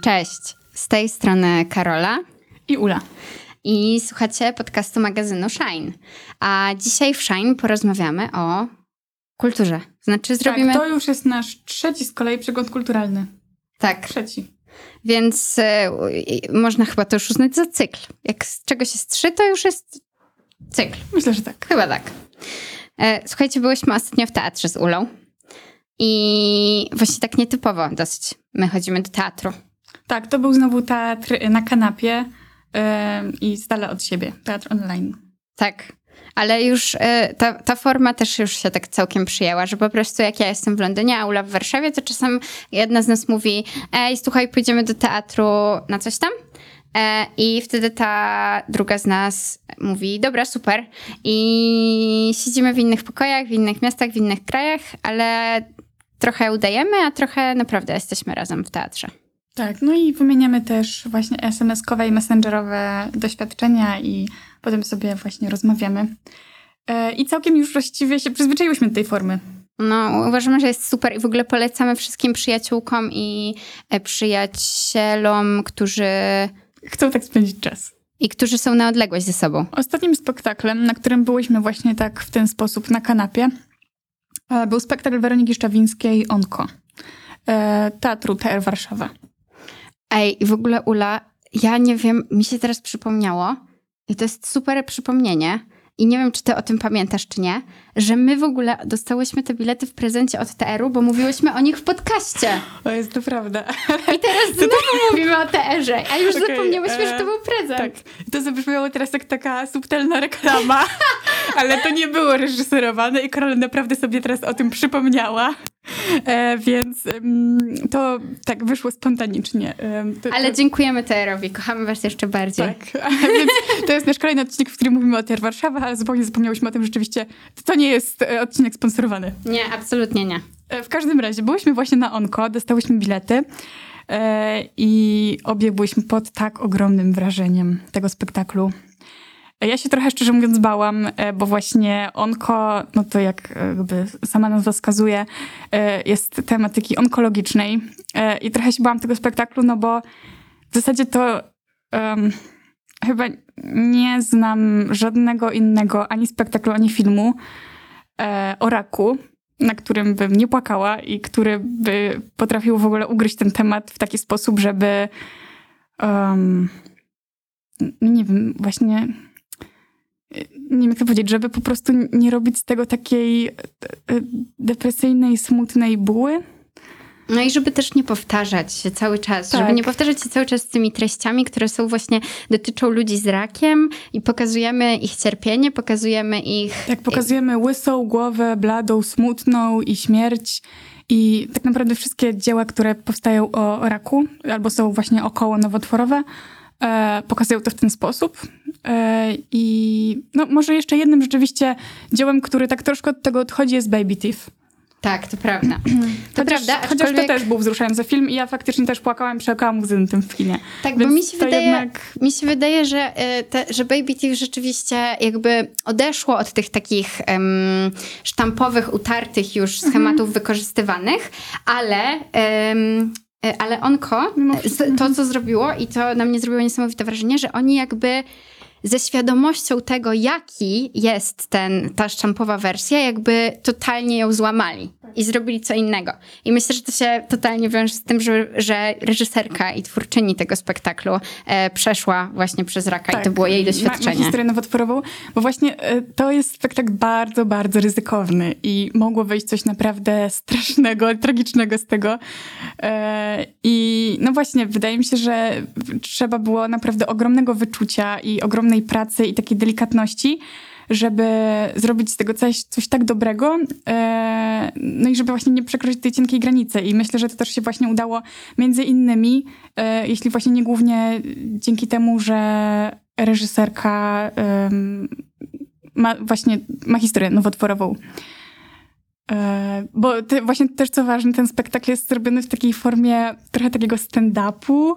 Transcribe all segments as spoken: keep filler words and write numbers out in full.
Cześć, z tej strony Karola i Ula. I słuchacie podcastu magazynu Shine. A dzisiaj w Shine porozmawiamy o kulturze. Znaczy zrobimy... Tak, to już jest nasz trzeci z kolei przegląd kulturalny. Tak. Trzeci. Więc y, można chyba to już uznać za cykl. Jak z czegoś jest trzy, to już jest cykl. Myślę, że tak. Chyba tak. E, słuchajcie, byłyśmy ostatnio w teatrze z Ulą. I właśnie tak nietypowo dosyć. My chodzimy do teatru. Tak, to był znowu teatr na kanapie yy, i z dala od siebie. Teatr online. Tak, ale już y, ta, ta forma też już się tak całkiem przyjęła, że po prostu jak ja jestem w Londynie, a Ula w Warszawie, to czasem jedna z nas mówi: ej, słuchaj, pójdziemy do teatru na coś tam. E, I wtedy ta druga z nas mówi: dobra, super. I siedzimy w innych pokojach, w innych miastach, w innych krajach, ale trochę udajemy, a trochę naprawdę jesteśmy razem w teatrze. Tak, no i wymieniamy też właśnie es em eskowe i messengerowe doświadczenia i potem sobie właśnie rozmawiamy. E, I całkiem już właściwie się przyzwyczaiłyśmy do tej formy. No, uważamy, że jest super i w ogóle polecamy wszystkim przyjaciółkom i przyjacielom, którzy... chcą tak spędzić czas. I którzy są na odległość ze sobą. Ostatnim spektaklem, na którym byłyśmy właśnie tak w ten sposób na kanapie, był spektakl Weroniki Szczawińskiej Onko. Teatru T R Warszawa. Ej, i w ogóle Ula, ja nie wiem, mi się teraz przypomniało i to jest super przypomnienie i nie wiem, czy ty o tym pamiętasz, czy nie, że my w ogóle dostałyśmy te bilety w prezencie od T R-u, bo mówiłyśmy o nich w podcaście. O, jest to prawda. I teraz znowu mówimy o T R-ze, a już okay, zapomniałyśmy, e... że to był prezent. Tak, to zabrzmiało teraz jak taka subtelna reklama, ale to nie było reżyserowane i Karola naprawdę sobie teraz o tym przypomniała. E, więc um, to tak wyszło spontanicznie. E, to, Ale to... dziękujemy T R-owi, kochamy was jeszcze bardziej. Tak, więc to jest nasz kolejny odcinek, w którym mówimy o T R Warszawa, ale zupełnie zapomniałyśmy o tym, że rzeczywiście to nie jest odcinek sponsorowany. Nie, absolutnie nie. E, w każdym razie, byłyśmy właśnie na Onko, dostałyśmy bilety e, i obie byłyśmy pod tak ogromnym wrażeniem tego spektaklu. Ja się trochę, szczerze mówiąc, bałam, bo właśnie onko, no to jak jakby sama nazwa wskazuje, jest tematyki onkologicznej i trochę się bałam tego spektaklu, no bo w zasadzie to um, chyba nie znam żadnego innego ani spektaklu, ani filmu e, o raku, na którym bym nie płakała i który by potrafił w ogóle ugryźć ten temat w taki sposób, żeby um, nie wiem, właśnie... nie wiem jak to powiedzieć, żeby po prostu nie robić z tego takiej depresyjnej, smutnej buły. No i żeby też nie powtarzać się cały czas, tak. Żeby nie powtarzać się cały czas z tymi treściami, które są właśnie, dotyczą ludzi z rakiem i pokazujemy ich cierpienie, pokazujemy ich... Tak, pokazujemy łysą głowę, bladą, smutną i śmierć. I tak naprawdę wszystkie dzieła, które powstają o raku albo są właśnie około nowotworowe, E, pokazują to w ten sposób. E, I no, może jeszcze jednym rzeczywiście dziełem, który tak troszkę od tego odchodzi, jest Baby Thief. Tak, to prawda. To chociaż, prawda, chociaż aczkolwiek... to też był wzruszający film i ja faktycznie też płakałam, przełkałam łzy na tym filmie. Tak, Więc bo mi się, wydaje, jednak... mi się wydaje, że, te, że Baby Thief rzeczywiście jakby odeszło od tych takich um, sztampowych, utartych już schematów mhm. wykorzystywanych, ale... Um, Ale Onko, to co zrobiło i to na mnie zrobiło niesamowite wrażenie, że oni jakby ze świadomością tego, jaki jest ten, ta sztampowa wersja, jakby totalnie ją złamali i zrobili co innego. I myślę, że to się totalnie wiąże z tym, że, że reżyserka i twórczyni tego spektaklu e, przeszła właśnie przez raka tak, i to było jej doświadczenie. Ma, ma historię nowotworową, bo właśnie e, to jest spektakl bardzo, bardzo ryzykowny i mogło wyjść coś naprawdę strasznego, tragicznego z tego. E, I no właśnie, wydaje mi się, że trzeba było naprawdę ogromnego wyczucia i ogromnej pracy i takiej delikatności, żeby zrobić z tego coś, coś tak dobrego, e, no i żeby właśnie nie przekroczyć tej cienkiej granicy. I myślę, że to też się właśnie udało między innymi, e, jeśli właśnie nie głównie dzięki temu, że reżyserka e, ma właśnie ma historię nowotworową. E, bo te, właśnie też co ważne, ten spektakl jest zrobiony w takiej formie trochę takiego stand-upu,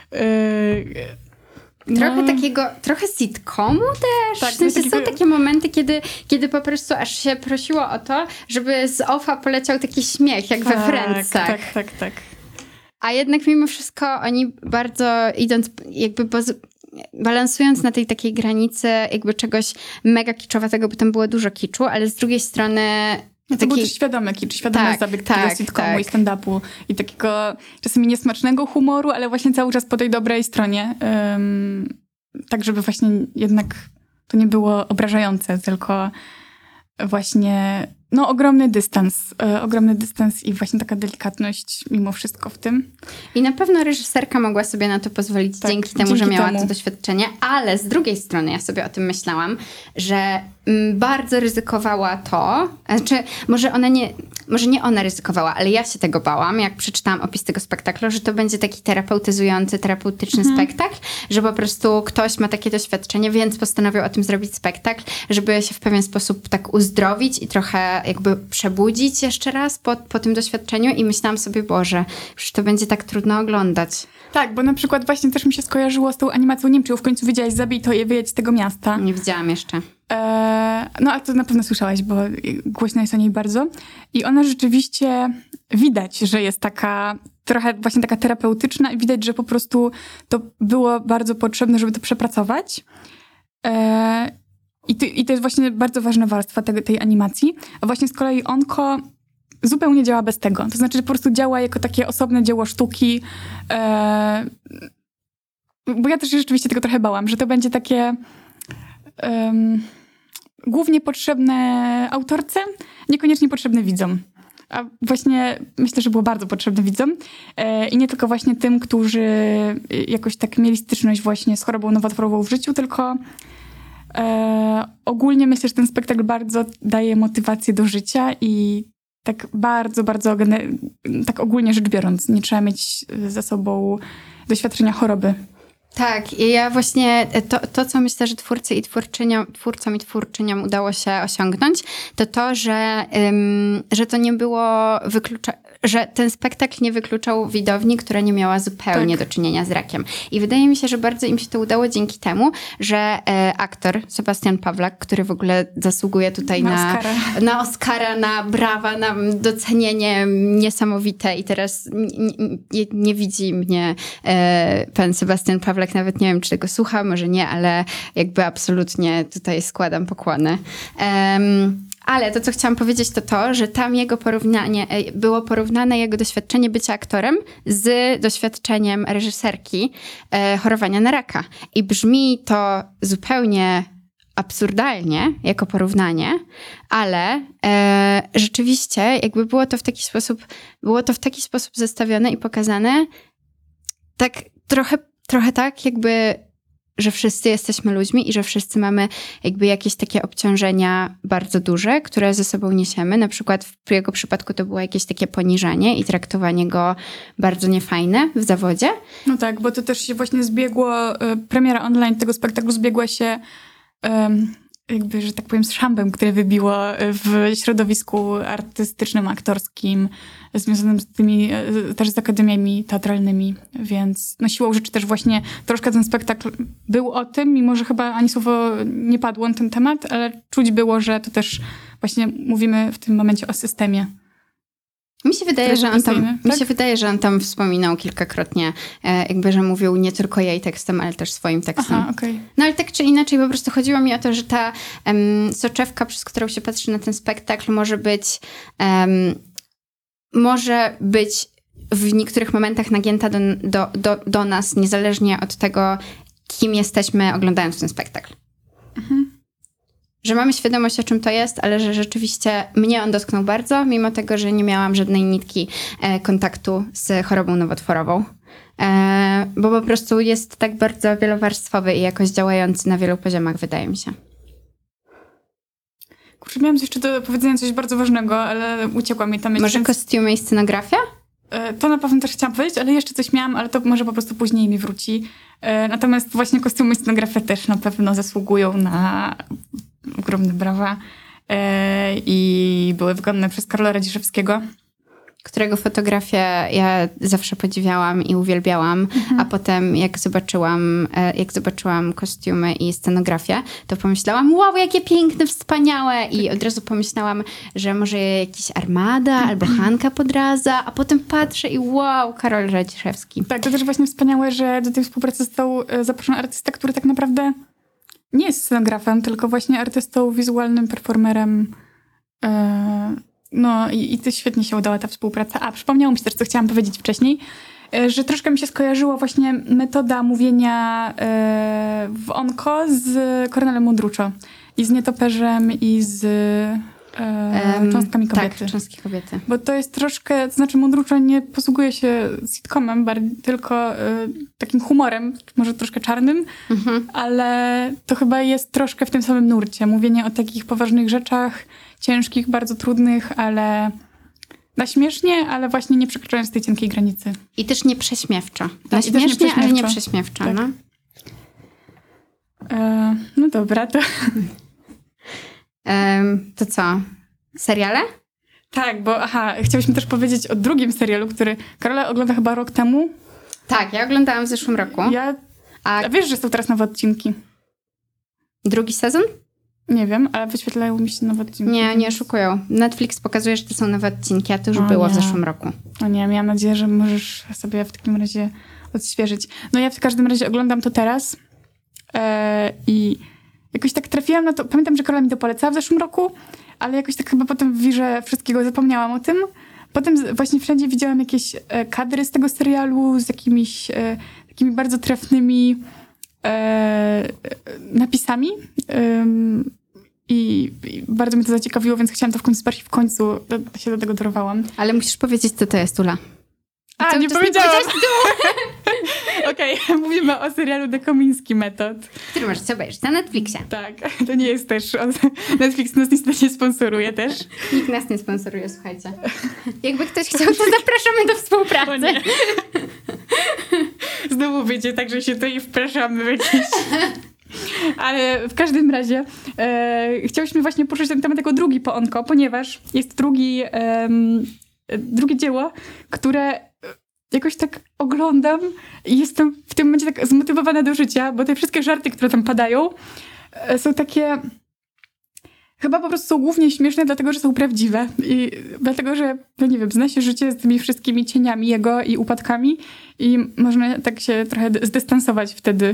e, Trochę no. takiego, trochę sitcomu też. Tak, w sensie takiego... są takie momenty, kiedy, kiedy po prostu aż się prosiło o to, żeby z offa poleciał taki śmiech, jak tak, we Friendsach. Tak, tak, tak. A jednak mimo wszystko oni bardzo idąc, jakby poz- balansując na tej takiej granicy jakby czegoś mega kiczowatego, bo tam było dużo kiczu, ale z drugiej strony... No to taki... był też świadomy kicz, świadomy tak, zabieg tak, takiego sitcomu tak. i stand-upu i takiego czasami niesmacznego humoru, ale właśnie cały czas po tej dobrej stronie. Um, tak, żeby właśnie jednak to nie było obrażające, tylko właśnie no ogromny dystans, e, ogromny dystans i właśnie taka delikatność mimo wszystko w tym. I na pewno reżyserka mogła sobie na to pozwolić Tak, dzięki temu, dzięki że miała temu. to doświadczenie, ale z drugiej strony ja sobie o tym myślałam, że mm, bardzo ryzykowała to, znaczy może ona nie, może nie ona ryzykowała, ale ja się tego bałam, jak przeczytałam opis tego spektaklu, że to będzie taki terapeutyzujący, terapeutyczny Mhm. spektakl, że po prostu ktoś ma takie doświadczenie, więc postanowił o tym zrobić spektakl, żeby się w pewien sposób tak uzdrowić i trochę jakby przebudzić jeszcze raz po, po tym doświadczeniu i myślałam sobie, Boże, przecież to będzie tak trudno oglądać. Tak, bo na przykład właśnie też mi się skojarzyło z tą animacją, nie wiem, czy ją w końcu widziałaś, zabij to je, wyjedź z tego miasta. Nie widziałam jeszcze. Eee, no, ale to na pewno słyszałaś, bo głośno jest o niej bardzo. I ona rzeczywiście widać, że jest taka trochę właśnie taka terapeutyczna i widać, że po prostu to było bardzo potrzebne, żeby to przepracować. Eee, i, to, I to jest właśnie bardzo ważna warstwa tej, tej animacji. A właśnie z kolei Onko zupełnie działa bez tego. To znaczy, że po prostu działa jako takie osobne dzieło sztuki. Eee, bo ja też się rzeczywiście tego trochę bałam, że to będzie takie um, głównie potrzebne autorce, niekoniecznie potrzebne widzom. A właśnie myślę, że było bardzo potrzebne widzom. E, I nie tylko właśnie tym, którzy jakoś tak mieli styczność właśnie z chorobą nowotworową w życiu, tylko e, ogólnie myślę, że ten spektakl bardzo daje motywację do życia i tak bardzo, bardzo tak ogólnie rzecz biorąc, nie trzeba mieć za sobą doświadczenia choroby. Tak, i ja właśnie to, to, co myślę, że twórcy i twórczyniom, twórcom i twórczyniom udało się osiągnąć, to to, że, ym, że to nie było wyklucza, że ten spektakl nie wykluczał widowni, która nie miała zupełnie tak. do czynienia z rakiem. I wydaje mi się, że bardzo im się to udało dzięki temu, że e, aktor Sebastian Pawlak, który w ogóle zasługuje tutaj na, na, Oscara. na Oscara, na brawa, na docenienie niesamowite i teraz nie, nie, nie widzi mnie e, pan Sebastian Pawlak, nawet nie wiem, czy tego słucha, może nie, ale jakby absolutnie tutaj składam pokłony. Um, Ale to, co chciałam powiedzieć, to to, że tam jego porównanie, było porównane jego doświadczenie bycia aktorem z doświadczeniem reżyserki e, chorowania na raka. I brzmi to zupełnie absurdalnie jako porównanie, ale e, rzeczywiście jakby było to w taki sposób, było to w taki sposób zestawione i pokazane tak trochę, trochę tak, jakby że wszyscy jesteśmy ludźmi i że wszyscy mamy jakby jakieś takie obciążenia bardzo duże, które ze sobą niesiemy. Na przykład w jego przypadku to było jakieś takie poniżanie i traktowanie go bardzo niefajne w zawodzie. No tak, bo to też się właśnie zbiegło, premiera online tego spektaklu zbiegła się um, jakby, że tak powiem, z szambem, które wybiło w środowisku artystycznym, aktorskim, związanym z tymi, też z akademiami teatralnymi, więc no siłą rzeczy też właśnie troszkę ten spektakl był o tym, mimo że chyba ani słowo nie padło na ten temat, ale czuć było, że to też właśnie mówimy w tym momencie o systemie. Mi się wydaje, że on tam, tak? mi się wydaje, że on tam wspominał kilkakrotnie, e, jakby, że mówił nie tylko jej tekstem, ale też swoim tekstem. Aha, okej. No ale tak czy inaczej, po prostu chodziło mi o to, że ta em, soczewka, przez którą się patrzy na ten spektakl, może być, em, może być w niektórych momentach nagięta do, do, do, do nas, niezależnie od tego, kim jesteśmy oglądając ten spektakl. Mhm. Że mamy świadomość, o czym to jest, ale że rzeczywiście mnie on dotknął bardzo, mimo tego, że nie miałam żadnej nitki e, kontaktu z chorobą nowotworową. E, bo po prostu jest tak bardzo wielowarstwowy i jakoś działający na wielu poziomach, wydaje mi się. Kurczę, miałam jeszcze do powiedzenia coś bardzo ważnego, ale uciekła mi tam. Może kostiumy i scenografia? E, to na pewno też chciałam powiedzieć, ale jeszcze coś miałam, ale to może po prostu później mi wróci. E, natomiast właśnie kostiumy i scenografia też na pewno zasługują na ogromne brawa e, i były wykonane przez Karola Radziszewskiego. którego fotografię ja zawsze podziwiałam i uwielbiałam, mhm. a potem jak zobaczyłam, jak zobaczyłam kostiumy i scenografię, to pomyślałam, wow, jakie piękne, wspaniałe i od razu pomyślałam, że może jakiś Armada albo Hanka Podraza, a potem patrzę i wow, Karol Radziszewski. Tak, to też właśnie wspaniałe, że do tej współpracy został zaproszony artysta, który tak naprawdę nie jest scenografem, tylko właśnie artystą, wizualnym performerem. Yy, no i, i to świetnie się udała ta współpraca. A przypomniało mi się też, co chciałam powiedzieć wcześniej, yy, że troszkę mi się skojarzyło właśnie metoda mówienia yy, w Onko z Kornelem Mundruczo i z Nietoperzem i z yy, Cząstkami kobiety. Tak, Cząstki kobiety. Bo to jest troszkę, to znaczy Mundruczo nie posługuje się sitcomem, bardziej, tylko y, takim humorem, może troszkę czarnym, mhm. ale to chyba jest troszkę w tym samym nurcie. Mówienie o takich poważnych rzeczach, ciężkich, bardzo trudnych, ale na śmiesznie, ale właśnie nie przekraczając tej cienkiej granicy. I też nie prześmiewczo. Na tak, śmiesznie, nie prześmiewczo. ale nie prześmiewczo. Tak. No. E, no dobra, to... Um, to co? Seriale? Tak, bo aha, chciałyśmy też powiedzieć o drugim serialu, który Karola ogląda chyba rok temu. Tak, ja oglądałam w zeszłym roku. Ja... A, A wiesz, że są teraz nowe odcinki? Drugi sezon? Nie wiem, ale wyświetlają mi się nowe odcinki. Nie, nie oszukują. Netflix pokazuje, że to są nowe odcinki, a to już o było nie. w zeszłym roku. No nie, miałam nadzieję, że możesz sobie w takim razie odświeżyć. No ja w każdym razie oglądam to teraz e, i jakoś tak trafiłam na to. Pamiętam, że Karola mi to polecała w zeszłym roku, ale jakoś tak chyba potem w wirze wszystkiego zapomniałam o tym. Potem właśnie wszędzie widziałam jakieś e, kadry z tego serialu z jakimiś e, takimi bardzo trafnymi e, napisami. E, i, I bardzo mnie to zaciekawiło, więc chciałam to w końcu sprawdzić. W końcu do, się do tego dorwałam. Ale musisz powiedzieć, co to jest, Ula. A, nie powiedziałam! Okej, okay, mówimy o serialu The Komiński Metod. Który możesz sobie obejrzeć na Netflixie. Tak, to nie jest też... Netflix nas niestety nie sponsoruje też. Nikt nas nie sponsoruje, słuchajcie. Jakby ktoś chciał, to zapraszamy do współpracy. Znowu wyjdzie tak, że się tutaj wpraszamy w jakieś... Ale w każdym razie e, chciałyśmy właśnie poruszyć ten temat jako drugi po Onko, ponieważ jest drugi, e, drugie dzieło, które jakoś tak oglądam i jestem w tym momencie tak zmotywowana do życia, bo te wszystkie żarty, które tam padają, e, są takie... Chyba po prostu są głównie śmieszne, dlatego że są prawdziwe. I dlatego, że, no nie wiem, zna się życie z tymi wszystkimi cieniami jego i upadkami i można tak się trochę zdystansować wtedy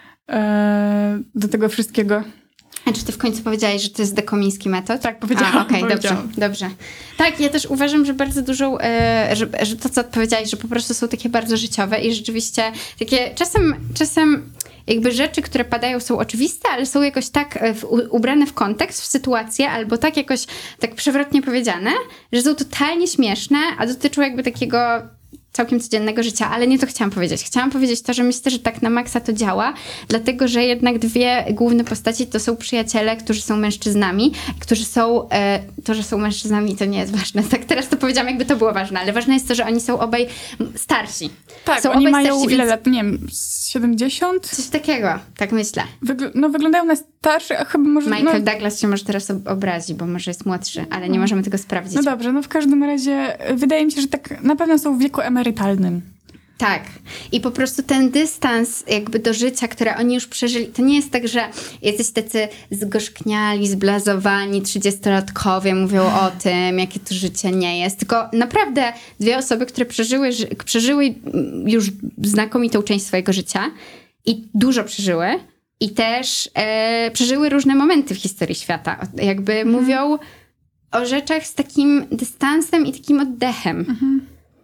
do tego wszystkiego. A czy ty w końcu powiedziałaś, że to jest Dekomiński Metod? Tak, powiedziałam. Okej, okay, dobrze, dobrze. Tak, ja też uważam, że bardzo dużą, e, że, że to, co odpowiedziałaś, że po prostu są takie bardzo życiowe i rzeczywiście takie czasem, czasem jakby rzeczy, które padają, są oczywiste, ale są jakoś tak w, u, ubrane w kontekst, w sytuację, albo tak jakoś tak przewrotnie powiedziane, że są totalnie śmieszne, a dotyczą jakby takiego całkiem codziennego życia, ale nie to chciałam powiedzieć. Chciałam powiedzieć to, że myślę, że tak na maksa to działa, dlatego, że jednak dwie główne postaci to są przyjaciele, którzy są mężczyznami, którzy są, e, to, że są mężczyznami, to nie jest ważne. Tak teraz to powiedziałam, jakby to było ważne, ale ważne jest to, że oni są obaj starsi. Tak, są oni obaj mają starsi, ile więc... lat? Nie wiem, siedemdziesiąt? Coś takiego, tak myślę. Wygl- no wyglądają na starsze, a chyba może... Michael no... Douglas się może teraz obrazi, bo może jest młodszy, ale nie możemy tego sprawdzić. No dobrze, no w każdym razie wydaje mi się, że tak na pewno są w wieku emerytalnym. Tak. I po prostu ten dystans jakby do życia, które oni już przeżyli, to nie jest tak, że jacyś tacy zgorzkniali, zblazowani trzydziestolatkowie mówią o tym, jakie to życie nie jest. Tylko naprawdę dwie osoby, które przeżyły, przeżyły już znakomitą część swojego życia i dużo przeżyły i też e, przeżyły różne momenty w historii świata. Jakby mhm. mówią o rzeczach z takim dystansem i takim oddechem. Mhm.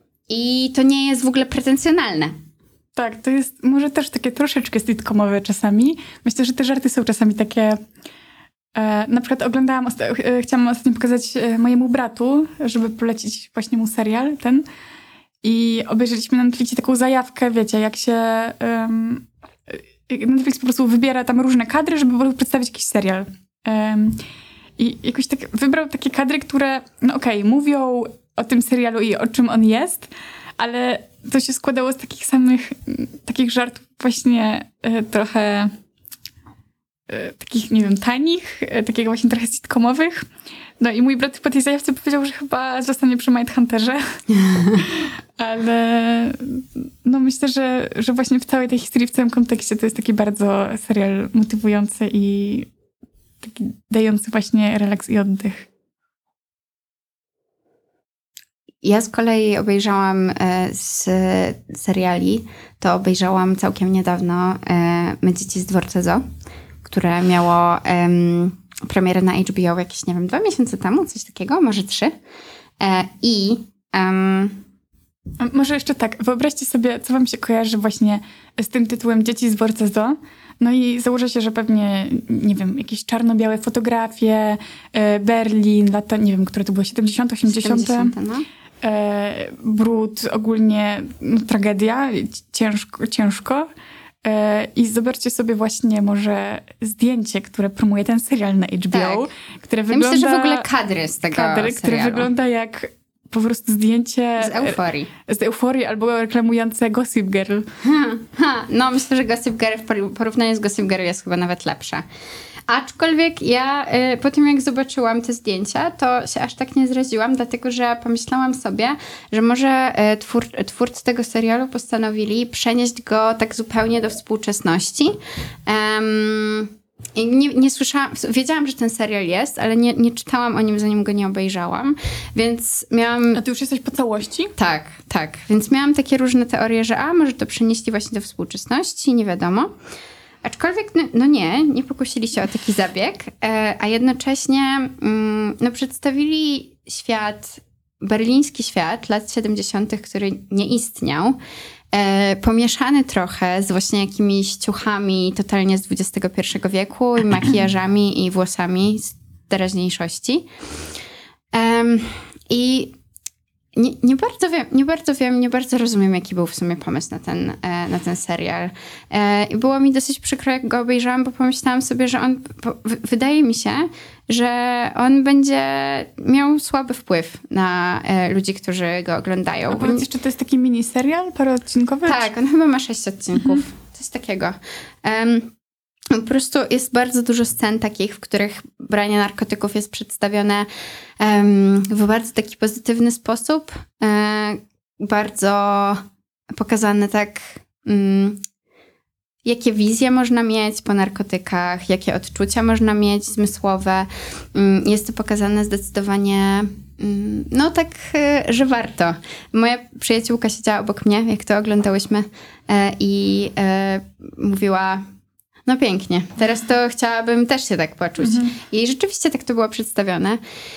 I to nie jest w ogóle pretensjonalne. Tak, to jest może też takie troszeczkę sitcomowe czasami. Myślę, że te żarty są czasami takie... E, na przykład oglądałam, osta- e, chciałam ostatnio pokazać e, mojemu bratu, żeby polecić właśnie mu serial ten. I obejrzeliśmy na Netflixie taką zajawkę, wiecie, jak się... Um, Netflix po prostu wybiera tam różne kadry, żeby przedstawić jakiś serial. Um, I jakoś tak wybrał takie kadry, które, no okej, okay, mówią o tym serialu i o czym on jest, ale to się składało z takich samych, takich żartów właśnie y, trochę e, takich, nie wiem, tanich, e, takiego właśnie trochę sitcomowych. No i mój brat po tej zajawce powiedział, że chyba zostanie przy Mindhunterze. Ale no myślę, że, że właśnie w całej tej historii, w całym kontekście to jest taki bardzo serial motywujący i taki dający właśnie relaks i oddech. Ja z kolei obejrzałam e, z seriali, to obejrzałam całkiem niedawno e, My dzieci z dworca Zoo, które miało em, premierę na H B O jakieś, nie wiem, dwa miesiące temu, coś takiego, może trzy. E, I em, A może jeszcze tak, wyobraźcie sobie, co wam się kojarzy właśnie z tym tytułem Dzieci z dworca Zoo. No i założę się, że pewnie, nie wiem, jakieś czarno-białe fotografie, e, Berlin, lata, nie wiem, które to było, siedemdziesiąte, osiemdziesiąte. siedemdziesiąte, no. E, brud, ogólnie no, tragedia, ciężko, ciężko. E, I zobaczcie sobie właśnie może zdjęcie, które promuje ten serial na H B O, Tak. które Ja wygląda... myślę, że w ogóle kadry z tego kadry, które serialu. wygląda jak po prostu zdjęcie... Z euforii. Z euforii albo reklamujące Gossip Girl. Ha, ha. No myślę, że Gossip Girl w porównaniu z Gossip Girl jest chyba nawet lepsza. Aczkolwiek ja y, po tym, jak zobaczyłam te zdjęcia, to się aż tak nie zraziłam, dlatego że pomyślałam sobie, że może y, twór, twórcy tego serialu postanowili przenieść go tak zupełnie do współczesności. Um, i nie, nie słyszałam, wiedziałam, że ten serial jest, ale nie, nie czytałam o nim, zanim go nie obejrzałam, więc miałam... A ty już jesteś po całości? Tak, tak. Więc miałam takie różne teorie, że a, może to przenieśli właśnie do współczesności, nie wiadomo. Aczkolwiek, no, no nie, nie pokusili się o taki zabieg, e, a jednocześnie mm, no, przedstawili świat, berliński świat lat siedemdziesiątych, który nie istniał, e, pomieszany trochę z właśnie jakimiś ciuchami totalnie z dwudziestego pierwszego wieku, i makijażami i włosami z teraźniejszości. Um, I Nie, nie bardzo wiem, nie bardzo wiem, nie bardzo rozumiem, jaki był w sumie pomysł na ten, e, na ten serial. E, I było mi dosyć przykro, jak go obejrzałam, bo pomyślałam sobie, że on, po, w, wydaje mi się, że on będzie miał słaby wpływ na e, ludzi, którzy go oglądają. A powiedz jeszcze, to jest taki mini serial, paroodcinkowy? Tak, on chyba ma sześć odcinków. Mhm. Coś takiego. Um, Po prostu jest bardzo dużo scen takich, w których branie narkotyków jest przedstawione um, w bardzo taki pozytywny sposób. E, bardzo pokazane tak, um, jakie wizje można mieć po narkotykach, jakie odczucia można mieć zmysłowe. Um, jest to pokazane zdecydowanie, um, no tak, e, że warto. Moja przyjaciółka siedziała obok mnie, jak to oglądałyśmy e, i e, mówiła... No pięknie. Teraz to chciałabym też się tak poczuć. Mhm. I rzeczywiście tak to było przedstawione.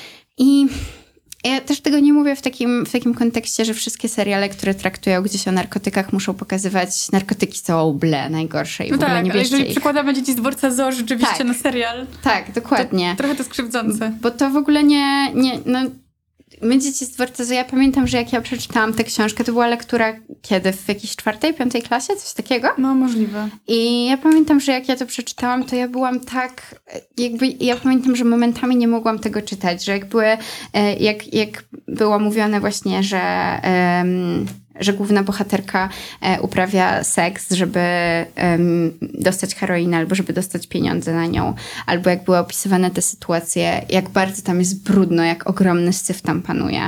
I ja też tego nie mówię w takim, w takim kontekście, że wszystkie seriale, które traktują gdzieś o narkotykach, muszą pokazywać narkotyki są ble, najgorsze i no w ogóle tak, nie ale bierzcie jeżeli ich. przykładamy Dzieci z dworca Zoo rzeczywiście Tak. na serial. Tak, dokładnie. To trochę to skrzywdzące. Bo to w ogóle nie... nie no, My dzieci z dworca Zoo, ja pamiętam, że jak ja przeczytałam tę książkę, to była lektura kiedy? W jakiejś czwartej, piątej klasie? Coś takiego? No, możliwe. I ja pamiętam, że jak ja to przeczytałam, to ja byłam tak, jakby, ja pamiętam, że momentami nie mogłam tego czytać, że jak były, jak, jak było mówione właśnie, że, um, że główna bohaterka uprawia seks, żeby um, dostać heroinę albo żeby dostać pieniądze na nią, albo jak były opisywane te sytuacje, jak bardzo tam jest brudno, jak ogromny syf tam panuje,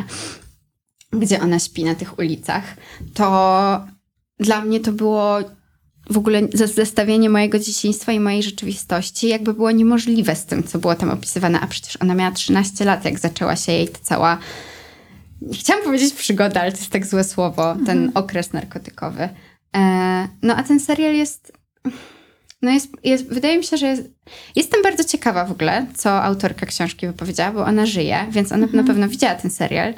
gdzie ona śpi na tych ulicach, to dla mnie to było w ogóle zestawienie mojego dzieciństwa i mojej rzeczywistości jakby było niemożliwe z tym, co było tam opisywane, a przecież ona miała trzynaście lat, jak zaczęła się jej ta cała, chciałam powiedzieć przygoda, ale to jest tak złe słowo, mhm. ten okres narkotykowy. E, no a ten serial jest, no jest, jest, wydaje mi się, że jest, jestem bardzo ciekawa w ogóle, co autorka książki wypowiedziała, bo ona żyje, więc ona mhm. na pewno widziała ten serial.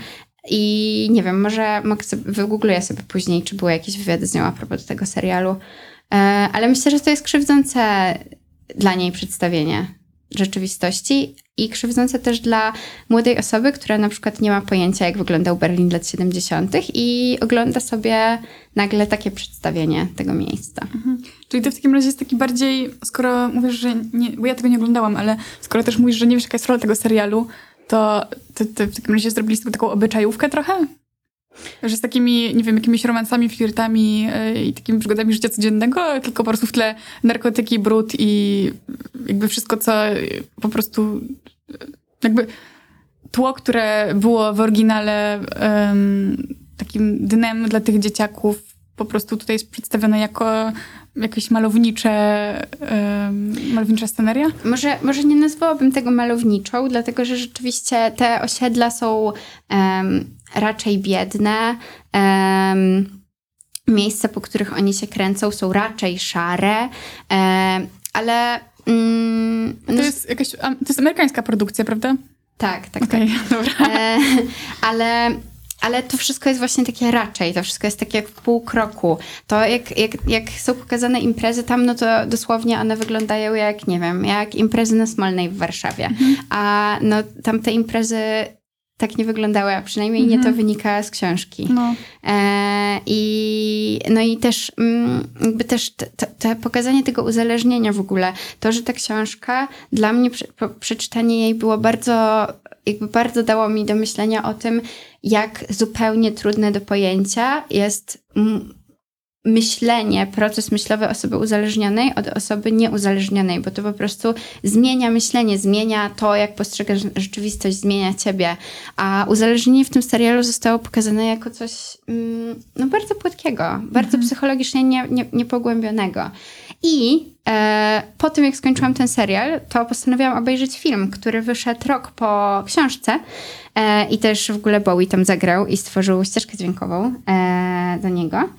I nie wiem, może mogę sobie, wygoogluję sobie później, czy były jakieś wywiady z nią a propos tego serialu. E, ale myślę, że to jest krzywdzące dla niej przedstawienie rzeczywistości i krzywdzące też dla młodej osoby, która na przykład nie ma pojęcia, jak wyglądał Berlin lat siedemdziesiątych i ogląda sobie nagle takie przedstawienie tego miejsca. Mhm. Czyli to w takim razie jest taki bardziej, skoro mówisz, że nie, bo ja tego nie oglądałam, ale skoro też mówisz, że nie wiesz, jaka jest rola tego serialu, to, to, to w takim razie zrobiliście taką obyczajówkę trochę? Że z takimi, nie wiem, jakimiś romansami, flirtami yy, i takimi przygodami życia codziennego, tylko po prostu w tle narkotyki, brud i jakby wszystko, co po prostu jakby tło, które było w oryginale um, takim dnem dla tych dzieciaków, po prostu tutaj jest przedstawione jako jakieś malownicze, um, malownicza sceneria? Może, może nie nazwałabym tego malowniczą, dlatego że rzeczywiście te osiedla są um, raczej biedne. Um, miejsca, po których oni się kręcą, są raczej szare, um, ale... Um, to, no, jest jakaś, to jest amerykańska produkcja, prawda? Tak, tak, okay, tak. Dobra. E, ale... Ale to wszystko jest właśnie takie raczej, to wszystko jest takie jak w pół kroku. To jak, jak, jak są pokazane imprezy tam, no to dosłownie one wyglądają jak, nie wiem, jak imprezy na Smolnej w Warszawie. Mhm. A no tam te imprezy tak nie wyglądały, a przynajmniej mhm. nie to wynika z książki. No. E, i, no i też mm, jakby też te, te, te pokazanie tego uzależnienia w ogóle, to, że ta książka dla mnie, przy, po, przeczytanie jej było bardzo, jakby bardzo dało mi do myślenia o tym, jak zupełnie trudne do pojęcia jest m- myślenie, proces myślowy osoby uzależnionej od osoby nieuzależnionej, bo to po prostu zmienia myślenie, zmienia to, jak postrzegasz rzeczywistość, zmienia ciebie. A uzależnienie w tym serialu zostało pokazane jako coś mm, no bardzo płytkiego, bardzo mhm. psychologicznie nie, nie, niepogłębionego. I e, po tym, jak skończyłam ten serial, to postanowiłam obejrzeć film, który wyszedł rok po książce e, i też w ogóle Bowie tam zagrał i stworzył ścieżkę dźwiękową e, do niego.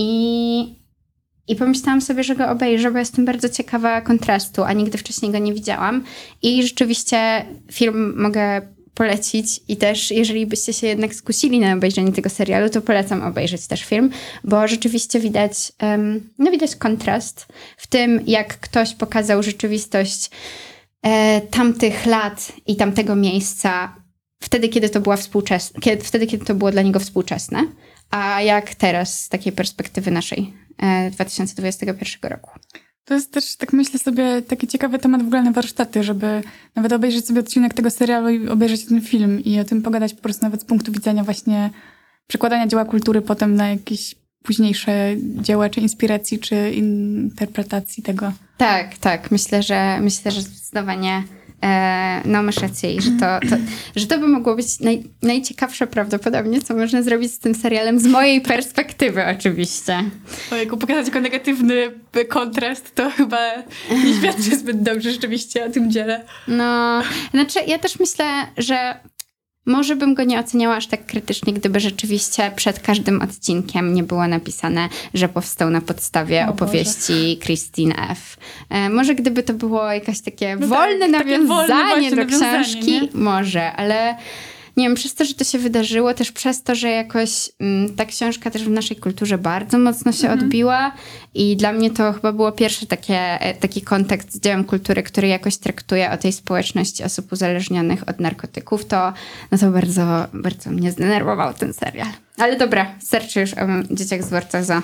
I, I pomyślałam sobie, że go obejrzę, bo jestem bardzo ciekawa kontrastu, a nigdy wcześniej go nie widziałam. I rzeczywiście film mogę polecić i też jeżeli byście się jednak skusili na obejrzenie tego serialu, to polecam obejrzeć też film, bo rzeczywiście widać, um, no widać kontrast w tym, jak ktoś pokazał rzeczywistość e, tamtych lat i tamtego miejsca wtedy, kiedy to była współczesne, kiedy, wtedy, kiedy to było dla niego współczesne, a jak teraz z takiej perspektywy naszej e, dwa tysiące dwudziestego pierwszego roku. To jest też, tak myślę sobie, taki ciekawy temat w ogóle na warsztaty, żeby nawet obejrzeć sobie odcinek tego serialu i obejrzeć ten film i o tym pogadać po prostu nawet z punktu widzenia właśnie przekładania dzieła kultury potem na jakieś późniejsze dzieła, czy inspiracji, czy interpretacji tego. Tak, tak. Myślę, że myślę, że zdecydowanie e, no masz rację i że to, to, że to by mogło być naj, najciekawsze prawdopodobnie, co można zrobić z tym serialem z mojej perspektywy oczywiście. Ojejku, pokazać jako negatywny kontrast, to chyba nie świadczy zbyt dobrze rzeczywiście o tym dziele. No, znaczy ja też myślę, że może bym go nie oceniała aż tak krytycznie, gdyby rzeczywiście przed każdym odcinkiem nie było napisane, że powstał na podstawie o opowieści Boże. Christine F. E, może gdyby to było jakieś takie no wolne tak, nawiązanie takie wolne do książki, nie? może, ale nie wiem, przez to, że to się wydarzyło, też przez to, że jakoś m, ta książka też w naszej kulturze bardzo mocno się mhm. odbiła i dla mnie to chyba było pierwszy takie, taki kontakt z dziełem kultury, który jakoś traktuje o tej społeczności osób uzależnionych od narkotyków, to, no to bardzo, bardzo mnie zdenerwował ten serial. Ale dobra, starczy już o dzieciach z dworca.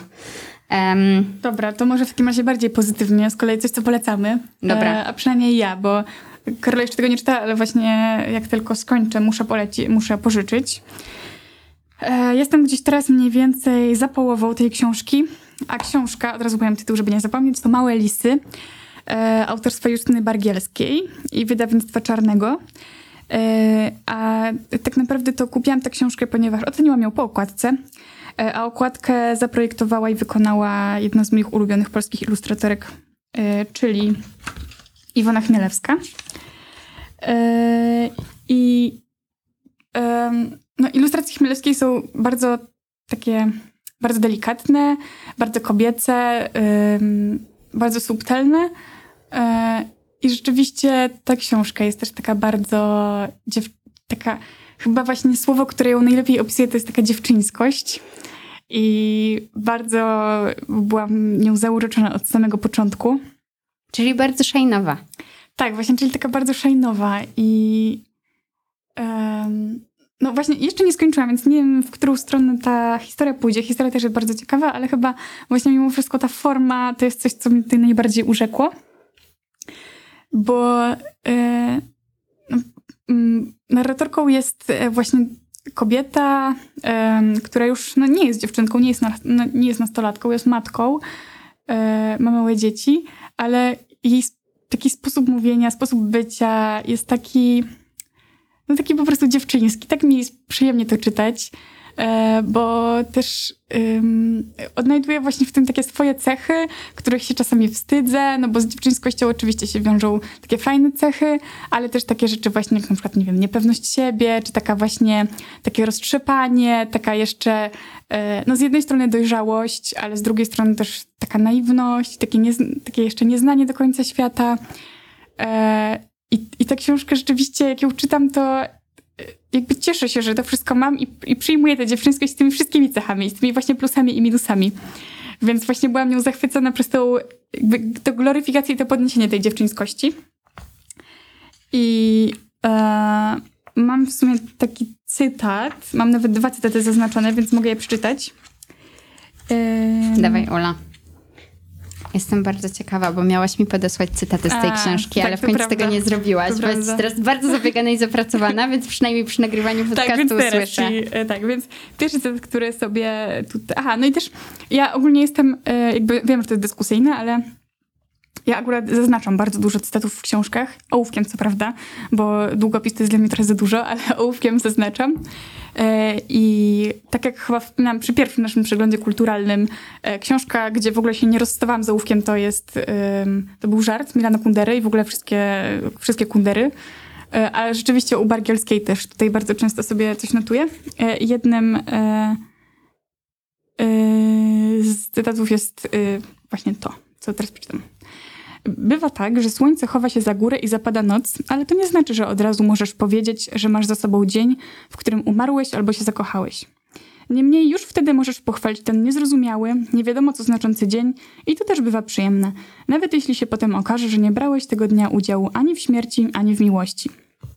Um, Dobra, to może w takim razie bardziej pozytywnie, z kolei coś, co polecamy. Dobra. E, a przynajmniej ja, bo Karola jeszcze tego nie czyta, ale właśnie jak tylko skończę, muszę polecić, muszę pożyczyć. E, jestem gdzieś teraz mniej więcej za połową tej książki, a książka, od razu powiem tytuł, żeby nie zapomnieć, to Małe lisy, e, autorstwa Justyny Bargielskiej i wydawnictwa Czarnego. E, a tak naprawdę to kupiłam tę książkę, ponieważ oceniłam ją po okładce, e, a okładkę zaprojektowała i wykonała jedna z moich ulubionych polskich ilustratorek, e, czyli Iwona Chmielewska. Yy, I yy, no, ilustracje Chmielewskiej są bardzo takie, bardzo delikatne, bardzo kobiece, yy, bardzo subtelne. Yy, I rzeczywiście ta książka jest też taka bardzo, dziew- taka chyba właśnie słowo, które ją najlepiej opisuje, to jest taka dziewczyńskość. I bardzo byłam nią zauroczona od samego początku. Czyli bardzo szajnowa. Tak, właśnie, czyli taka bardzo szajnowa i um, no właśnie jeszcze nie skończyłam, więc nie wiem, w którą stronę ta historia pójdzie. Historia też jest bardzo ciekawa, ale chyba właśnie mimo wszystko ta forma to jest coś, co mnie tutaj najbardziej urzekło, bo e, no, narratorką jest właśnie kobieta, em, która już no, nie jest dziewczynką, nie jest, na, no, nie jest nastolatką, jest matką, e, ma małe dzieci, ale jej taki sposób mówienia, sposób bycia jest taki, no taki po prostu dziewczyński. Tak mi jest przyjemnie to czytać, e, bo też um, odnajduję właśnie w tym takie swoje cechy, których się czasami wstydzę, no bo z dziewczyńskością oczywiście się wiążą takie fajne cechy, ale też takie rzeczy właśnie jak na przykład, nie wiem, niepewność siebie, czy taka właśnie takie roztrzepanie, taka jeszcze, e, no z jednej strony dojrzałość, ale z drugiej strony też taka naiwność, takie, nie, takie jeszcze nieznanie do końca świata. E, i, I tę książkę rzeczywiście, jak ją czytam, to jakby cieszę się, że to wszystko mam i, i przyjmuję tę dziewczynskość z tymi wszystkimi cechami, z tymi właśnie plusami i minusami. Więc właśnie byłam nią zachwycona przez tą jakby tę gloryfikację i to podniesienie tej dziewczynskości. I e, mam w sumie taki cytat, mam nawet dwa cytaty zaznaczone, więc mogę je przeczytać. E, Dawaj, Ola. Jestem bardzo ciekawa, bo miałaś mi podesłać cytaty z tej A, książki, tak, ale w końcu prawda. tego nie zrobiłaś. To Bo jesteś prawda. teraz bardzo zabiegana i zapracowana, więc przynajmniej przy nagrywaniu podcastu tak, więc teraz usłyszę. ci, e, tak, więc pierwszy cytat, który sobie tutaj... Aha, no i też ja ogólnie jestem, e, jakby wiem, że to jest dyskusyjne, ale ja akurat zaznaczam bardzo dużo cytatów w książkach, ołówkiem co prawda, bo długopis to jest dla mnie trochę za dużo, ale ołówkiem zaznaczam. E, I tak jak chyba wspominałam przy pierwszym naszym przeglądzie kulturalnym, e, książka, gdzie w ogóle się nie rozstawałam z ołówkiem, to jest, e, to był żart Milana Kundery i w ogóle wszystkie, wszystkie Kundery. E, ale rzeczywiście u Bargielskiej też tutaj bardzo często sobie coś notuję. E, jednym e, e, z cytatów jest e, właśnie to, co teraz przeczytam. Bywa tak, że słońce chowa się za górę i zapada noc, ale to nie znaczy, że od razu możesz powiedzieć, że masz za sobą dzień, w którym umarłeś albo się zakochałeś. Niemniej już wtedy możesz pochwalić ten niezrozumiały, nie wiadomo co znaczący dzień i to też bywa przyjemne, nawet jeśli się potem okaże, że nie brałeś tego dnia udziału ani w śmierci, ani w miłości.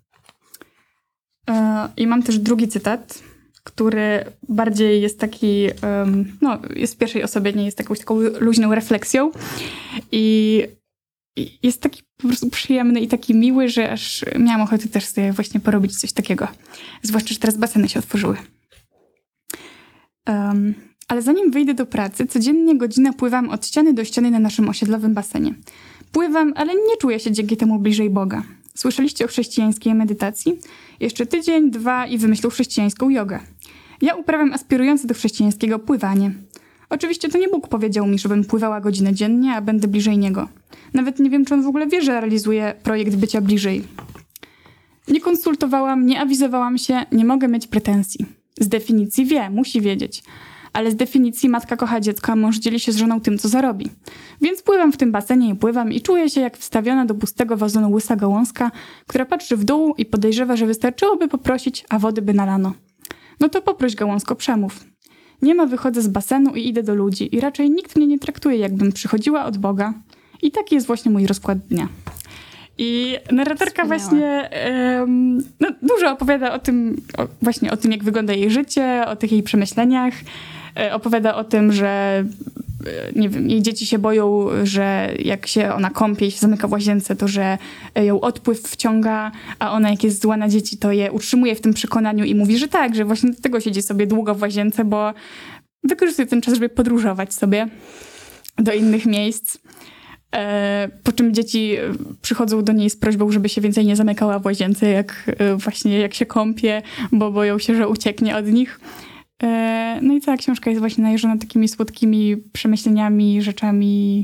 I mam też drugi cytat, który bardziej jest taki, um, no jest w pierwszej osobie, nie jest jakąś taką luźną refleksją i jest taki po prostu przyjemny i taki miły, że aż miałam ochotę też sobie właśnie porobić coś takiego. Zwłaszcza, że teraz baseny się otworzyły. Um, ale zanim wyjdę do pracy, codziennie godzinę pływam od ściany do ściany na naszym osiedlowym basenie. Pływam, ale nie czuję się dzięki temu bliżej Boga. Słyszeliście o chrześcijańskiej medytacji? Jeszcze tydzień, dwa i wymyślą chrześcijańską jogę. Ja uprawiam aspirujące do chrześcijańskiego pływanie. Oczywiście to nie Bóg powiedział mi, żebym pływała godzinę dziennie, a będę bliżej Niego. Nawet nie wiem, czy On w ogóle wie, że realizuje projekt bycia bliżej. Nie konsultowałam, nie awizowałam się, nie mogę mieć pretensji. Z definicji wie, musi wiedzieć. Ale z definicji matka kocha dziecko, a mąż dzieli się z żoną tym, co zarobi. Więc pływam w tym basenie i pływam i czuję się jak wstawiona do pustego wazonu łysa gałązka, która patrzy w dół i podejrzewa, że wystarczyłoby poprosić, a wody by nalano. No to poproś gałązko, przemów. Nie ma, wychodzę z basenu i idę do ludzi i raczej nikt mnie nie traktuje, jakbym przychodziła od Boga. I taki jest właśnie mój rozkład dnia. I narratorka Wspaniałe. właśnie um, no, dużo opowiada o tym, o, właśnie o tym, jak wygląda jej życie, o tych jej przemyśleniach. E, opowiada o tym, że e, nie wiem, jej dzieci się boją, że jak się ona kąpie i się zamyka w łazience, to że ją odpływ wciąga, a ona jak jest zła na dzieci, to je utrzymuje w tym przekonaniu i mówi, że tak, że właśnie do tego siedzi sobie długo w łazience, bo wykorzystuje ten czas, żeby podróżować sobie do innych miejsc. E, po czym dzieci przychodzą do niej z prośbą, żeby się więcej nie zamykała w łazience, jak e, właśnie jak się kąpie, bo boją się, że ucieknie od nich. E, no i cała książka jest właśnie najeżona takimi słodkimi przemyśleniami, rzeczami.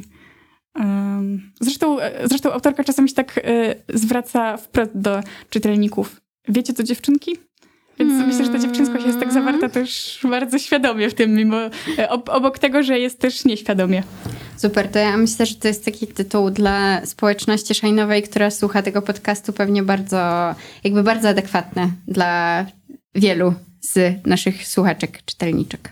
E, zresztą, zresztą autorka czasami się tak e, zwraca wprost do czytelników. Wiecie co, dziewczynki? Więc mm. myślę, że ta dziewczynskość jest tak zawarta też bardzo świadomie w tym, mimo ob- obok tego, że jest też nieświadomie. Super, to ja myślę, że to jest taki tytuł dla społeczności szajnowej, która słucha tego podcastu, pewnie bardzo, jakby bardzo adekwatny dla wielu z naszych słuchaczek, czytelniczek.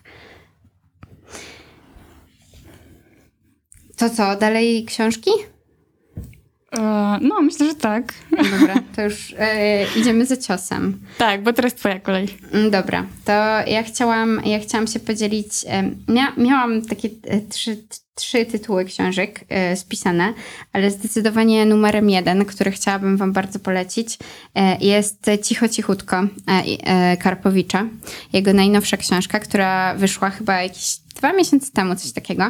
To co, dalej książki? E, no, myślę, że tak. Dobra, to już e, idziemy za ciosem. Tak, bo teraz twoja kolej. Mm, Dobra, to ja chciałam, ja chciałam się podzielić. E, mia, miałam takie e, trzy, trzy tytuły książek e, spisane, ale zdecydowanie numerem jeden, który chciałabym wam bardzo polecić, e, jest Cicho Cichutko e, e, Karpowicza. Jego najnowsza książka, która wyszła chyba jakieś dwa miesiące temu, coś takiego.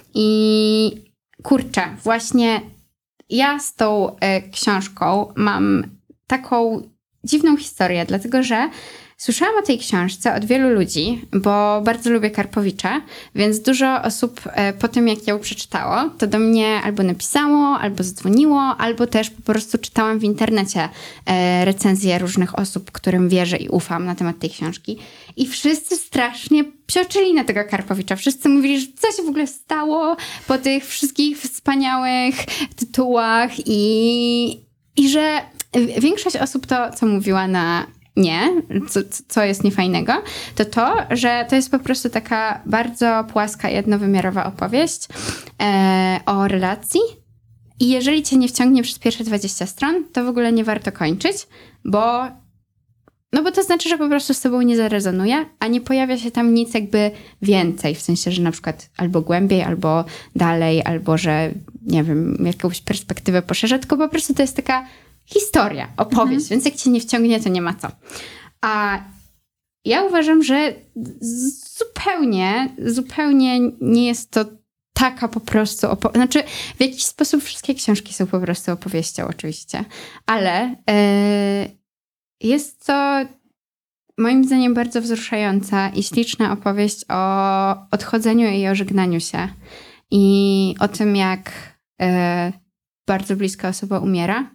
I kurczę, właśnie ja z tą e, książką mam taką dziwną historię, dlatego że słyszałam o tej książce od wielu ludzi, bo bardzo lubię Karpowicza, więc dużo osób e, po tym, jak ją przeczytało, to do mnie albo napisało, albo zadzwoniło, albo też po prostu czytałam w internecie e, recenzje różnych osób, którym wierzę i ufam na temat tej książki. I wszyscy strasznie psioczyli na tego Karpowicza. Wszyscy mówili, że co się w ogóle stało po tych wszystkich wspaniałych tytułach i, i że większość osób to, co mówiła na nie, co, co jest niefajnego, to to, że to jest po prostu taka bardzo płaska, jednowymiarowa opowieść e, o relacji i jeżeli cię nie wciągnie przez pierwsze dwadzieścia stron, to w ogóle nie warto kończyć, bo no bo to znaczy, że po prostu z tobą nie zarezonuje, a nie pojawia się tam nic jakby więcej, w sensie, że na przykład albo głębiej, albo dalej, albo że, nie wiem, jakąś perspektywę poszerza, tylko po prostu to jest taka historia, opowieść, mhm. Więc jak cię nie wciągnie, to nie ma co. A ja uważam, że zupełnie, zupełnie nie jest to taka po prostu opowieść. Znaczy, w jakiś sposób wszystkie książki są po prostu opowieścią oczywiście, ale yy, jest to moim zdaniem bardzo wzruszająca i śliczna opowieść o odchodzeniu i o żegnaniu się. I o tym, jak yy, bardzo bliska osoba umiera.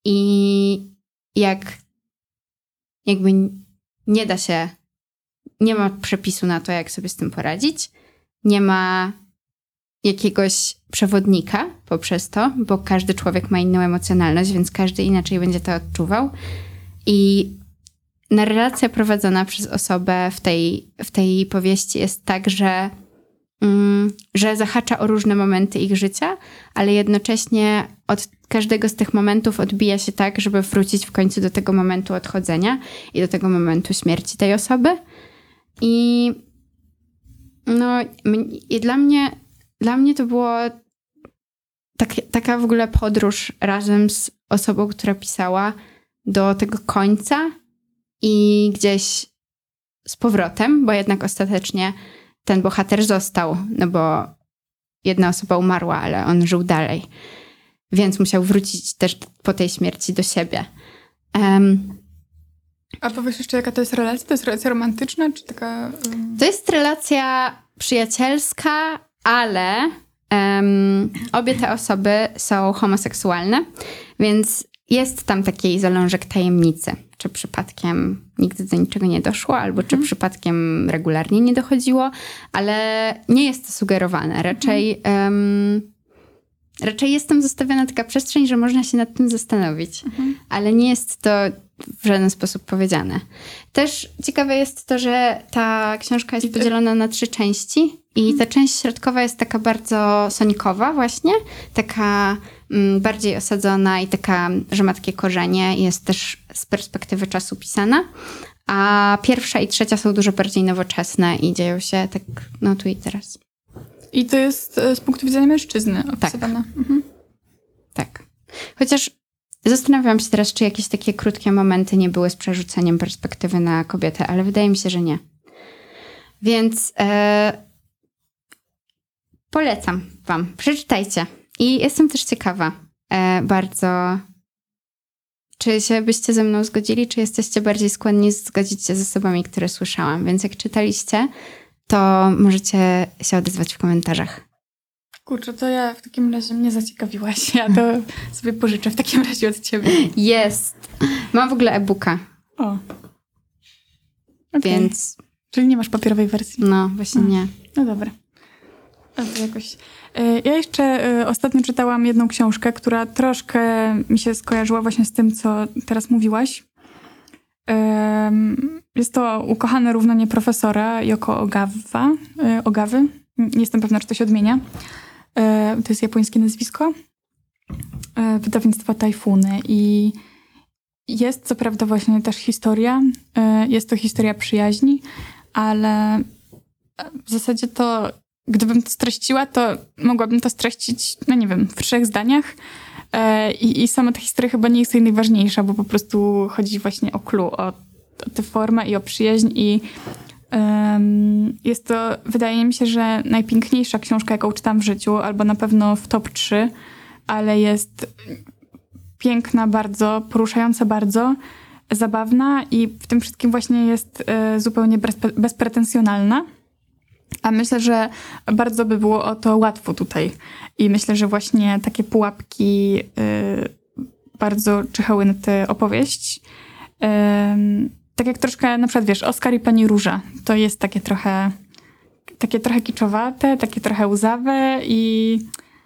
I jak jakby nie da się, nie ma przepisu na to, jak sobie z tym poradzić. Nie ma jakiegoś przewodnika poprzez to, bo każdy człowiek ma inną emocjonalność, więc każdy inaczej będzie to odczuwał. I narracja prowadzona przez osobę w tej, w tej powieści jest tak, że, mm, że zahacza o różne momenty ich życia, ale jednocześnie od każdego z tych momentów odbija się tak, żeby wrócić w końcu do tego momentu odchodzenia i do tego momentu śmierci tej osoby. I no i dla mnie, dla mnie to było tak, taka w ogóle podróż razem z osobą, która pisała do tego końca i gdzieś z powrotem, bo jednak ostatecznie ten bohater został, no bo jedna osoba umarła, ale on żył dalej. Więc musiał wrócić też po tej śmierci do siebie. Um, A powiesz jeszcze, jaka to jest relacja? To jest relacja romantyczna, czy taka... Um... To jest relacja przyjacielska, ale um, obie te osoby są homoseksualne, więc jest tam taki zalążek tajemnicy. Czy przypadkiem nigdy do niczego nie doszło, albo czy przypadkiem regularnie nie dochodziło, ale nie jest to sugerowane. Raczej... Um, Raczej jest tam zostawiona taka przestrzeń, że można się nad tym zastanowić, mhm. ale nie jest to w żaden sposób powiedziane. Też ciekawe jest to, że ta książka jest podzielona na trzy części i ta część środkowa jest taka bardzo sonikowa właśnie, taka mm, bardziej osadzona i taka, że ma takie korzenie, jest też z perspektywy czasu pisana, a pierwsza i trzecia są dużo bardziej nowoczesne i dzieją się tak no tu i teraz. I to jest z punktu widzenia mężczyzny opisywane. Tak. Mhm. Tak. Chociaż zastanawiałam się teraz, czy jakieś takie krótkie momenty nie były z przerzuceniem perspektywy na kobietę, ale wydaje mi się, że nie. Więc e, polecam wam. Przeczytajcie. I jestem też ciekawa e, bardzo, czy się byście ze mną zgodzili, czy jesteście bardziej skłonni zgodzić się z osobami, które słyszałam. Więc jak czytaliście, to możecie się odezwać w komentarzach. Kurczę, to ja w takim razie mnie zaciekawiłaś. Ja to sobie pożyczę w takim razie od ciebie. Jest. Mam w ogóle e-booka. O. Okay. Więc... Czyli nie masz papierowej wersji? No, właśnie nie. No dobra. A to jakoś... Ja jeszcze ostatnio czytałam jedną książkę, która troszkę mi się skojarzyła właśnie z tym, co teraz mówiłaś. Jest to Ukochane równanie profesora Yoko Ogawa, Ogawy. Nie jestem pewna, czy to się odmienia. To jest japońskie nazwisko. e, wydawnictwa Tajfuny i jest co prawda właśnie też historia, e, jest to historia przyjaźni, ale w zasadzie to, gdybym to streściła, to mogłabym to streścić, no nie wiem, w trzech zdaniach. E, i, I sama ta historia chyba nie jest jej najważniejsza, bo po prostu chodzi właśnie o clue, o, o tę formę i o przyjaźń i um, jest to, wydaje mi się, że najpiękniejsza książka, jaką czytam w życiu, albo na pewno w top trzy, ale jest piękna bardzo, poruszająca bardzo, zabawna i w tym wszystkim właśnie jest e, zupełnie bezpre- bezpretensjonalna. A myślę, że bardzo by było o to łatwo tutaj. I myślę, że właśnie takie pułapki y, bardzo czyhały na tę opowieść. Y, tak jak troszkę, na przykład wiesz, Oskar i Pani Róża. To jest takie trochę, takie trochę kiczowate, takie trochę łzawe i...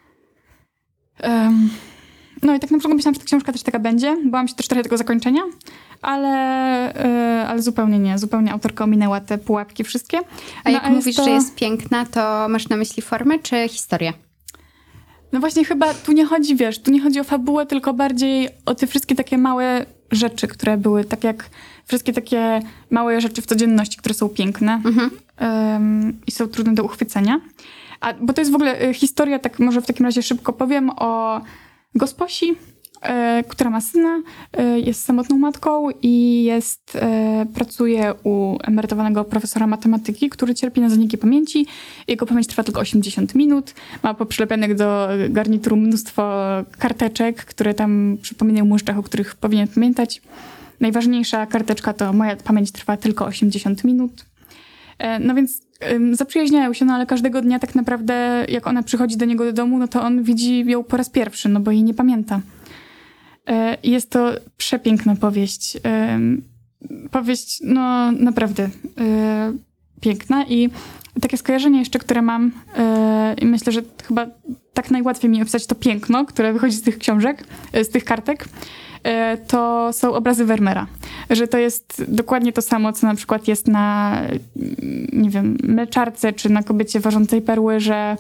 Y, no i tak na przykład myślałam, że ta książka też taka będzie. Bałam się też trochę tego zakończenia, ale, yy, ale zupełnie nie. Zupełnie autorka ominęła te pułapki wszystkie. A no, jak a mówisz, to... że jest piękna, to masz na myśli formę czy historię? No właśnie chyba tu nie chodzi, wiesz, tu nie chodzi o fabułę, tylko bardziej o te wszystkie takie małe rzeczy, które były, tak jak wszystkie takie małe rzeczy w codzienności, które są piękne Mhm. ym, i są trudne do uchwycenia. A, bo to jest w ogóle y, historia, tak może w takim razie szybko powiem, o gosposi, y, która ma syna, y, jest samotną matką i jest, y, pracuje u emerytowanego profesora matematyki, który cierpi na zaniki pamięci. Jego pamięć trwa tylko osiemdziesiąt minut. Ma poprzylepionych do garnituru mnóstwo karteczek, które tam przypominają mu rzeczach, o których powinien pamiętać. Najważniejsza karteczka to moja pamięć trwa tylko osiemdziesiąt minut. No więc ym, zaprzyjaźniają się, no ale każdego dnia tak naprawdę, jak ona przychodzi do niego do domu, no to on widzi ją po raz pierwszy, no bo jej nie pamięta. E, jest to przepiękna powieść. E, powieść, no naprawdę e, piękna i takie skojarzenie jeszcze, które mam e, i myślę, że chyba tak najłatwiej mi opisać to piękno, które wychodzi z tych książek, z tych kartek, to są obrazy Vermeera. Że to jest dokładnie to samo, co na przykład jest na, nie wiem, mleczarce, czy na kobiecie ważącej perły, że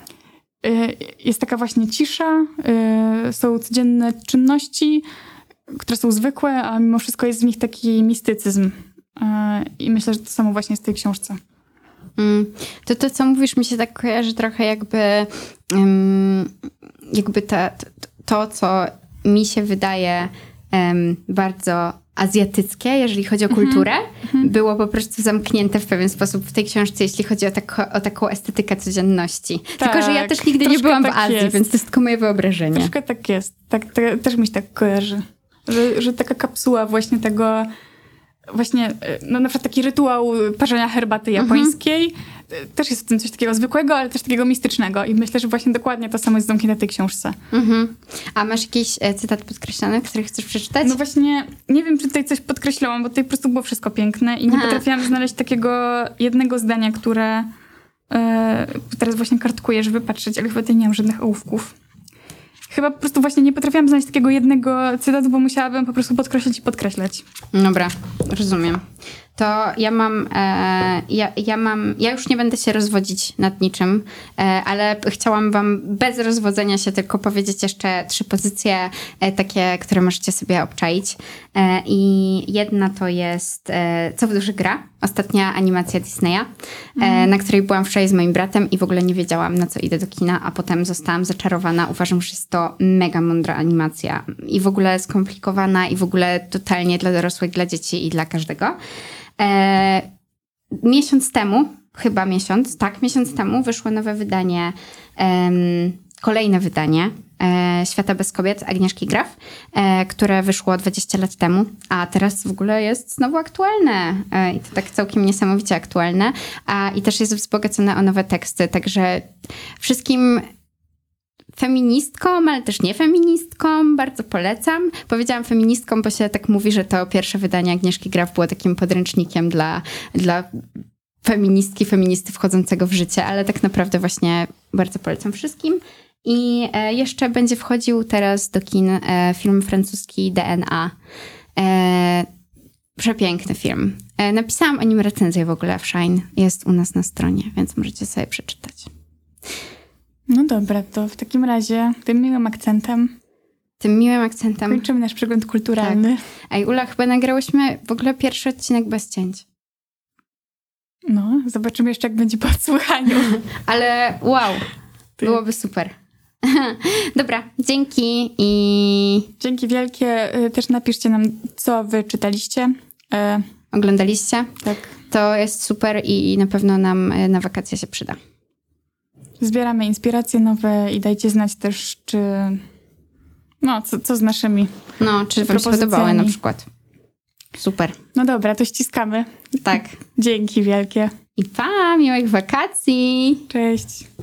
jest taka właśnie cisza, są codzienne czynności, które są zwykłe, a mimo wszystko jest w nich taki mistycyzm. I myślę, że to samo właśnie jest w tej książce. Mm. To to, co mówisz, mi się tak kojarzy trochę jakby um, jakby ta, to, co mi się wydaje um, bardzo azjatyckie, jeżeli chodzi o kulturę, mm-hmm. było po prostu zamknięte w pewien sposób w tej książce, jeśli chodzi o, tak, o taką estetykę codzienności. Tak, tylko, że ja też nigdy nie byłam tak w Azji, jest. więc to jest tylko moje wyobrażenie. Troszkę tak jest. Tak, tak, też mi się tak kojarzy. Że, że taka kapsuła właśnie tego, właśnie, no na przykład taki rytuał parzenia herbaty japońskiej, mhm. też jest w tym coś takiego zwykłego, ale też takiego mistycznego. I myślę, że właśnie dokładnie to samo jest zamknięte w tej książce. Mhm. A masz jakiś e, cytat podkreślony, który chcesz przeczytać? No właśnie, nie wiem, czy tutaj coś podkreślałam, bo tutaj po prostu było wszystko piękne i nie Aha. potrafiłam znaleźć takiego jednego zdania, które e, teraz właśnie kartkuję, żeby patrzeć, ale chyba tutaj nie mam żadnych ołówków. Chyba po prostu właśnie nie potrafiłam znaleźć takiego jednego cytatu, bo musiałabym po prostu podkreślać i podkreślać. Dobra, rozumiem. To ja mam, e, ja, ja mam, ja już nie będę się rozwodzić nad niczym, e, ale chciałam wam bez rozwodzenia się tylko powiedzieć jeszcze trzy pozycje e, takie, które możecie sobie obczaić. E, I jedna to jest e, Co w duszy gra? Ostatnia animacja Disneya, e, mm. na której byłam wczoraj z moim bratem i w ogóle nie wiedziałam, na co idę do kina, a potem zostałam zaczarowana. Uważam, że jest to mega mądra animacja i w ogóle skomplikowana i w ogóle totalnie dla dorosłych, dla dzieci i dla każdego. E, miesiąc temu, chyba miesiąc, tak, miesiąc temu wyszło nowe wydanie, em, kolejne wydanie e, Świata bez kobiet Agnieszki Graf, e, które wyszło dwadzieścia lat temu, a teraz w ogóle jest znowu aktualne e, i to tak całkiem niesamowicie aktualne, a i też jest wzbogacone o nowe teksty, także wszystkim feministkom, ale też nie feministkom, bardzo polecam. Powiedziałam feministkom, bo się tak mówi, że to pierwsze wydanie Agnieszki Graf było takim podręcznikiem dla, dla feministki, feministy wchodzącego w życie, ale tak naprawdę właśnie bardzo polecam wszystkim. I e, jeszcze będzie wchodził teraz do kin e, film francuski D N A. E, przepiękny film. E, napisałam o nim recenzję w ogóle w Shine. Jest u nas na stronie, więc możecie sobie przeczytać. No dobra, to w takim razie tym miłym akcentem tym miłym akcentem. Kończymy nasz przegląd kulturalny. Ej, Ula, chyba nagrałyśmy w ogóle pierwszy odcinek bez cięć. No, zobaczymy jeszcze, jak będzie po odsłuchaniu. Ale wow, Ty. byłoby super. Dobra, dzięki i Dzięki wielkie. Y, Też napiszcie nam, co wy czytaliście. E, oglądaliście. tak. To jest super i na pewno nam e, na wakacje się przyda. Zbieramy inspiracje nowe i dajcie znać też, czy... No, co, co z naszymi. No, czy wam się Propozycjami. podobały na przykład. Super. No dobra, to ściskamy. Tak. Dzięki wielkie. I pa, miłych wakacji! Cześć.